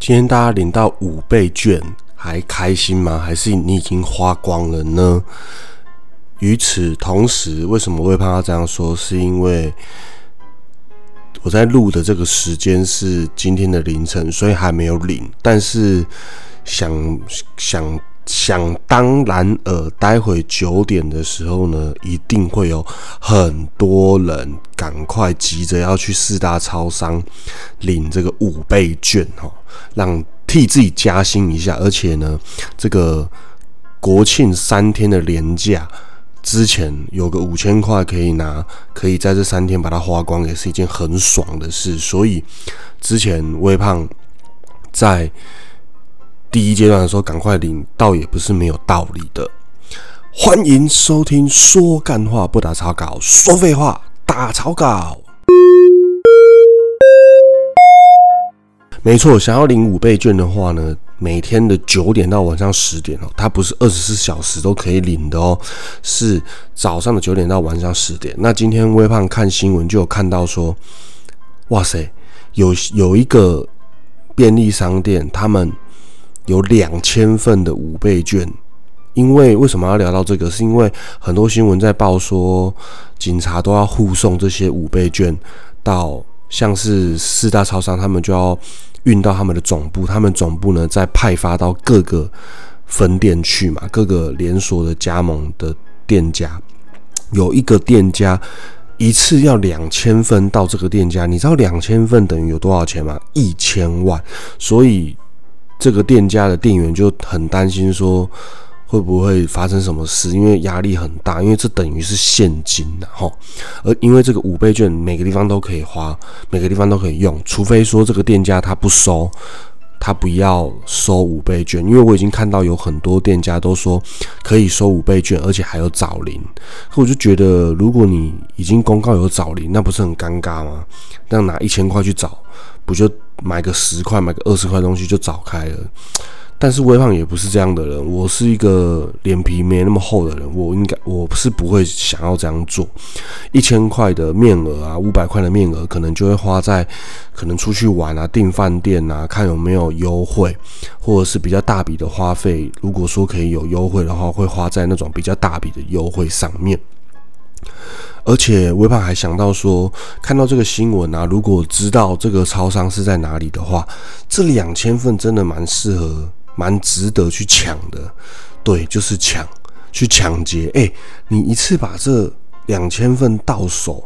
今天大家领到5倍券还开心吗？还是你已经花光了呢？与此同时，为什么魏胖要这样说？是因为我在录的这个时间是今天的凌晨，所以还没有领。但是想当然尔，待会9点的时候呢，一定会有很多人赶快急着要去4大超商领这个5倍券让替自己加薪一下。而且呢，这个国庆3天的连假之前有个5000块可以拿，可以在这3天把它花光，也是一件很爽的事。所以之前微胖在第一阶段的时候赶快领，倒也不是没有道理的。欢迎收听说干话不打草稿，说废话打草稿。没错，想要领5倍券的话呢，每天的9点到晚上10点它不是24小时都可以领的是早上的9点到晚上10点。那今天微胖看新闻就有看到说，哇塞，有一个便利商店，他们有2000份的5倍券。为什么要聊到这个？是因为很多新闻在报说，警察都要护送这些5倍券到像是4大超商，他们就要运到他们的总部，他们总部呢再派发到各个分店去嘛，各个连锁的加盟的店家。有一个店家一次要2000份到这个店家，你知道2000份等于有多少钱吗？1000万。所以这个店家的店员就很担心说会不会发生什么事，因为压力很大，因为这等于是现金而因为这个5倍券每个地方都可以花，每个地方都可以用，除非说这个店家他不收，他不要收5倍券。因为我已经看到有很多店家都说可以收5倍券，而且还有找零。可我就觉得，如果你已经公告有找零，那不是很尴尬吗？那拿1000块去找，不就买个10块、买个20块东西就找开了？但是微胖也不是这样的人，我是一个脸皮没那么厚的人，我是不会想要这样做。1000块的面额啊，500块的面额，可能就会花在可能出去玩啊、订饭店啊，看有没有优惠，或者是比较大笔的花费。如果说可以有优惠的话，会花在那种比较大笔的优惠上面。而且微胖还想到说，看到这个新闻啊，如果知道这个超商是在哪里的话，这2000份真的蛮值得去抢的。对，就是去抢劫。你一次把这2000份到手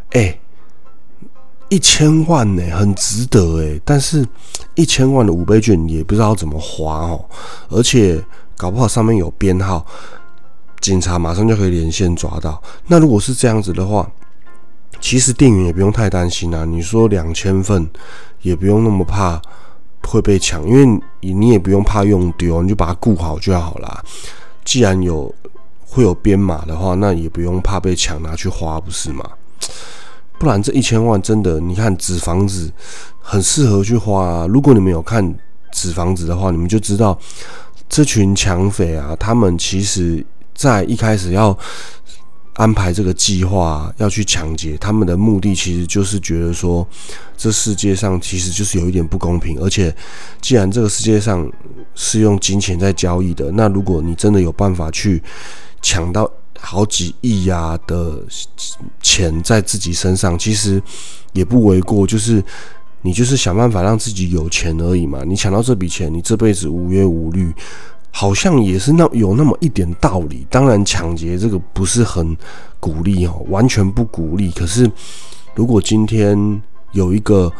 ，1000万很值得但是1000万的5倍券也不知道怎么花而且搞不好上面有编号，警察马上就可以连线抓到。那如果是这样子的话，其实店员也不用太担心啊。你说2000份也不用那么怕会被抢，因为你也不用怕用丢，你就把它顾好就好啦。既然会有编码的话，那也不用怕被抢拿去花，不是吗？不然这1000万真的，你看纸房子很适合去花啊。如果你们有看纸房子的话，你们就知道这群抢匪啊，他们其实在一开始要安排这个计划要去抢劫，他们的目的其实就是觉得说，这世界上其实就是有一点不公平，而且既然这个世界上是用金钱在交易的，那如果你真的有办法去抢到好几亿的钱在自己身上，其实也不为过，就是你就是想办法让自己有钱而已嘛。你抢到这笔钱，你这辈子无忧无虑，好像也是有那么一点道理。当然抢劫这个不是很鼓励完全不鼓励。可是如果今天有一个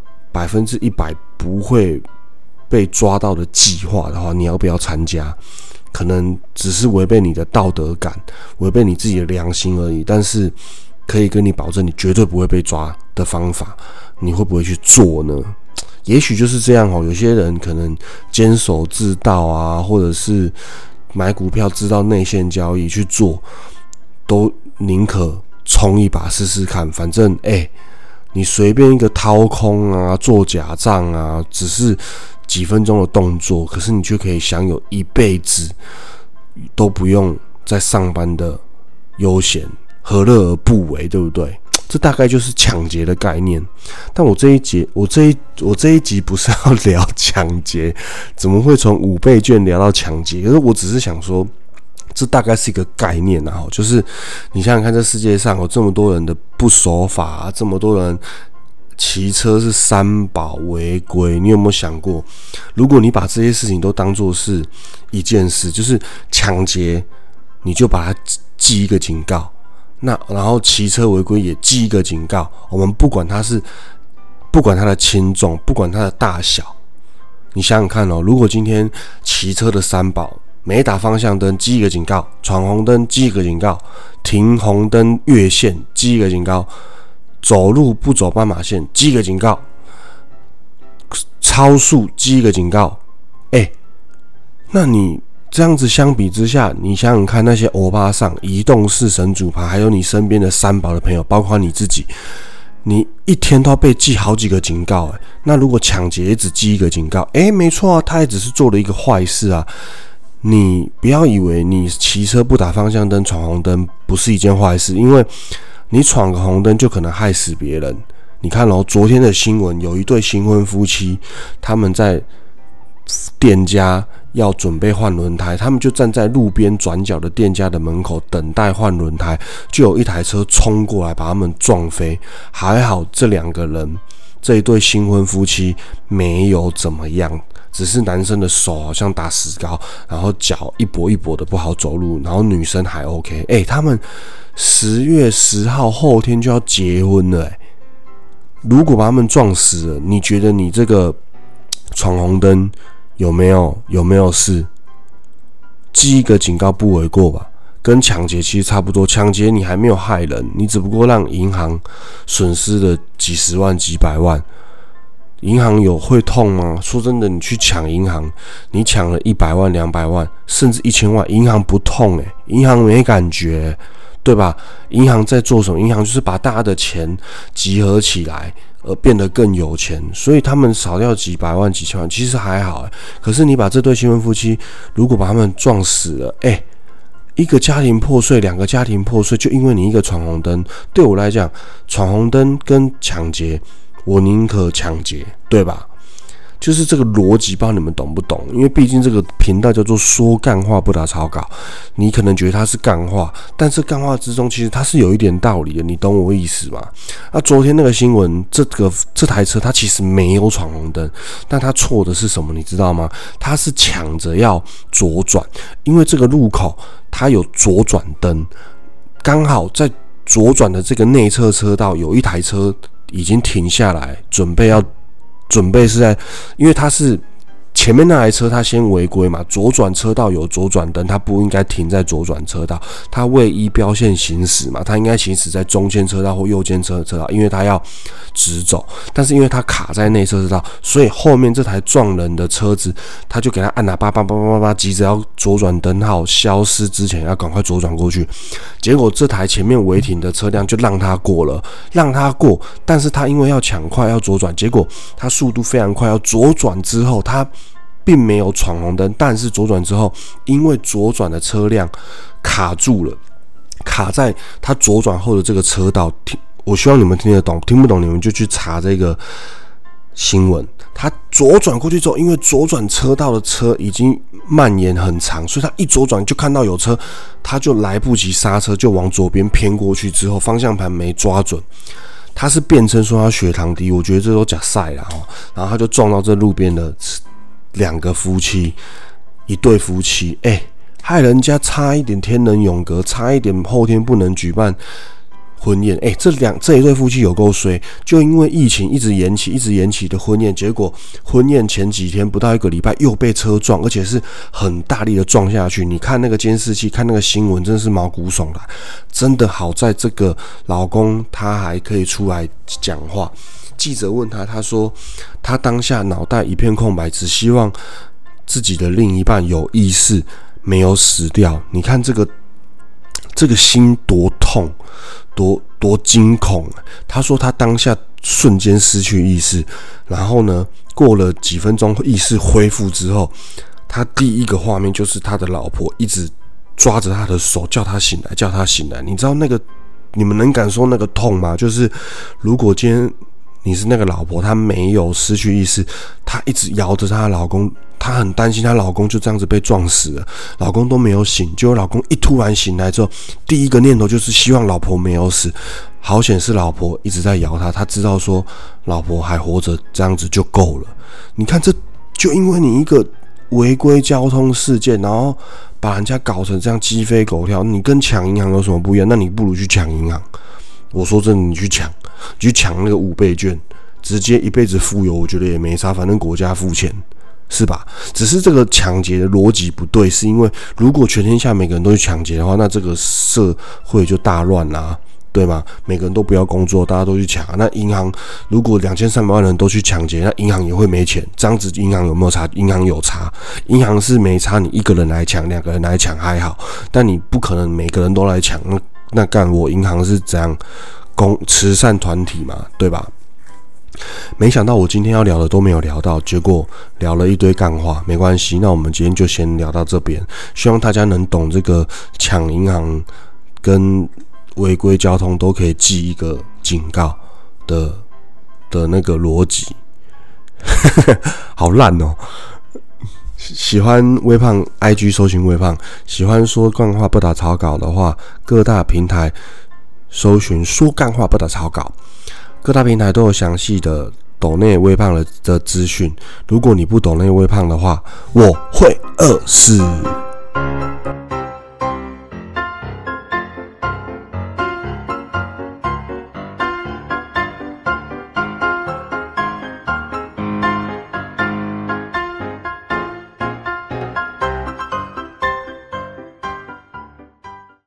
100%不会被抓到的计划的话，你要不要参加？可能只是违背你的道德感，违背你自己的良心而已，但是可以跟你保证你绝对不会被抓的方法，你会不会去做呢？也许就是这样有些人可能坚守自盗啊，或者是买股票知道内线交易去做，都宁可冲一把试试看。反正你随便一个掏空啊、做假账啊，只是几分钟的动作，可是你却可以享有一辈子都不用在上班的悠闲，何乐而不为，对不对？ 这大概就是抢劫的概念。但我这一集不是要聊抢劫，怎么会从5倍券聊到抢劫？可是我只是想说，这大概是一个概念啊，就是你想想看，这世界上有这么多人的不守法，这么多人骑车是三宝违规，你有没有想过，如果你把这些事情都当作是一件事，就是抢劫，你就把它记一个警告，那然后骑车违规也记一个警告，我们不管它的轻重，不管它的大小，你想想看如果今天骑车的三宝，没打方向灯记一个警告，闯红灯记一个警告，停红灯越线记一个警告，走路不走斑马线记一个警告，超速记一个警告，那你这样子相比之下，你想想看，那些欧巴桑、移动式神主牌，还有你身边的三宝的朋友，包括你自己，你一天都要被记好几个警告那如果抢劫也只记一个警告，没错啊，他也只是做了一个坏事啊。你不要以为你骑车不打方向灯、闯红灯不是一件坏事，因为你闯个红灯就可能害死别人。你看昨天的新闻，有一对新婚夫妻，他们在店家要准备换轮胎，他们就站在路边转角的店家的门口等待换轮胎，就有一台车冲过来把他们撞飞。还好这2个人，这一对新婚夫妻没有怎么样，只是男生的手好像打石膏，然后脚一跛一跛的不好走路，然后女生还 OK。他们10月10号后天就要结婚了如果把他们撞死了，你觉得你这个闯红灯有没有事？记一个警告不为过吧？跟抢劫其实差不多，抢劫你还没有害人，你只不过让银行损失了几十万、几百万。银行有会痛吗？说真的，你去抢银行，你抢了100万、200万，甚至1000万，银行不痛银行没感觉，对吧？银行在做什么？银行就是把大家的钱集合起来，而变得更有钱，所以他们少掉几百万、几千万，其实还好可是你把这对新婚夫妻，如果把他们撞死了，一个家庭破碎，2个家庭破碎，就因为你一个闯红灯。对我来讲，闯红灯跟抢劫，我宁可抢劫，对吧？就是这个逻辑，不知道你们懂不懂？因为毕竟这个频道叫做说干话不打草稿，你可能觉得它是干话，但是干话之中其实它是有一点道理的，你懂我意思吗？昨天那个新闻，这台车它其实没有闯红灯，但它错的是什么？你知道吗？它是抢着要左转，因为这个路口它有左转灯，刚好在左转的这个内侧车道有一台车已经停下来，准备是在，因为他是前面那台车，他先违规嘛，左转车道有左转灯，他不应该停在左转车道，他位移标线行驶嘛，他应该行驶在中间车道或右间车道，因为他要直走，但是因为他卡在内侧车道，所以后面这台撞人的车子，他就给他按喇叭叭叭叭叭，急着要左转灯号消失之前要赶快左转过去，结果这台前面违停的车辆就让他过了，但是他因为要抢快要左转，结果他速度非常快，要左转之后他并没有闯红灯，但是左转之后，因为左转的车辆卡住了，卡在他左转后的这个车道。我希望你们听得懂，听不懂你们就去查这个新闻。他左转过去之后，因为左转车道的车已经蔓延很长，所以他一左转就看到有车，他就来不及刹车，就往左边偏过去之后，方向盘没抓准。他是辩称说他血糖低，我觉得这都假赛啦然后他就撞到这路边的2个夫妻，一对夫妻，害人家差一点天人永隔，差一点后天不能举办婚宴。这一对夫妻有够衰，就因为疫情一直延期的婚宴，结果婚宴前几天不到1个礼拜又被车撞，而且是很大力的撞下去。你看那个监视器，看那个新闻，真的是毛骨悚然。真的好在这个老公他还可以出来讲话。记者问他，他说他当下脑袋一片空白，只希望自己的另一半有意识，没有死掉。你看这个心多痛，多惊恐。他说他当下瞬间失去意识，然后呢，过了几分钟意识恢复之后，他第一个画面就是他的老婆一直抓着他的手，叫他醒来。你知道那你们能感受那个痛吗？就是如果今天你是那个老婆，她没有失去意识，她一直摇着她的老公，她很担心她老公就这样子被撞死了，老公都没有醒，结果老公一突然醒来之后，第一个念头就是希望老婆没有死。好险是老婆一直在摇他，他知道说老婆还活着，这样子就够了。你看，这就因为你一个违规交通事件，然后把人家搞成这样鸡飞狗跳，你跟抢银行有什么不一样？那你不如去抢银行。我说真的，你去抢那个5倍券，直接一辈子富有，我觉得也没差，反正国家付钱。是吧？只是这个抢劫的逻辑不对，是因为如果全天下每个人都去抢劫的话，那这个社会就大乱啦。对吗？每个人都不要工作，大家都去抢。那银行如果2300万人都去抢劫，那银行也会没钱。这样子银行有没有差？银行有差。银行是没差，你一个人来抢，2个人来抢还好，但你不可能每个人都来抢。那干我银行是怎样慈善团体嘛，对吧？没想到我今天要聊的都没有聊到，结果聊了一堆干话。没关系，那我们今天就先聊到这边。希望大家能懂这个抢银行跟违规交通都可以记一个警告的那个逻辑，好烂哦！喜欢微胖 IG 搜寻微胖，喜欢说干话不打草稿的话，各大平台搜寻说干话不打草稿，各大平台都有详细的抖内微胖的资讯。如果你不抖内微胖的话，我会饿死。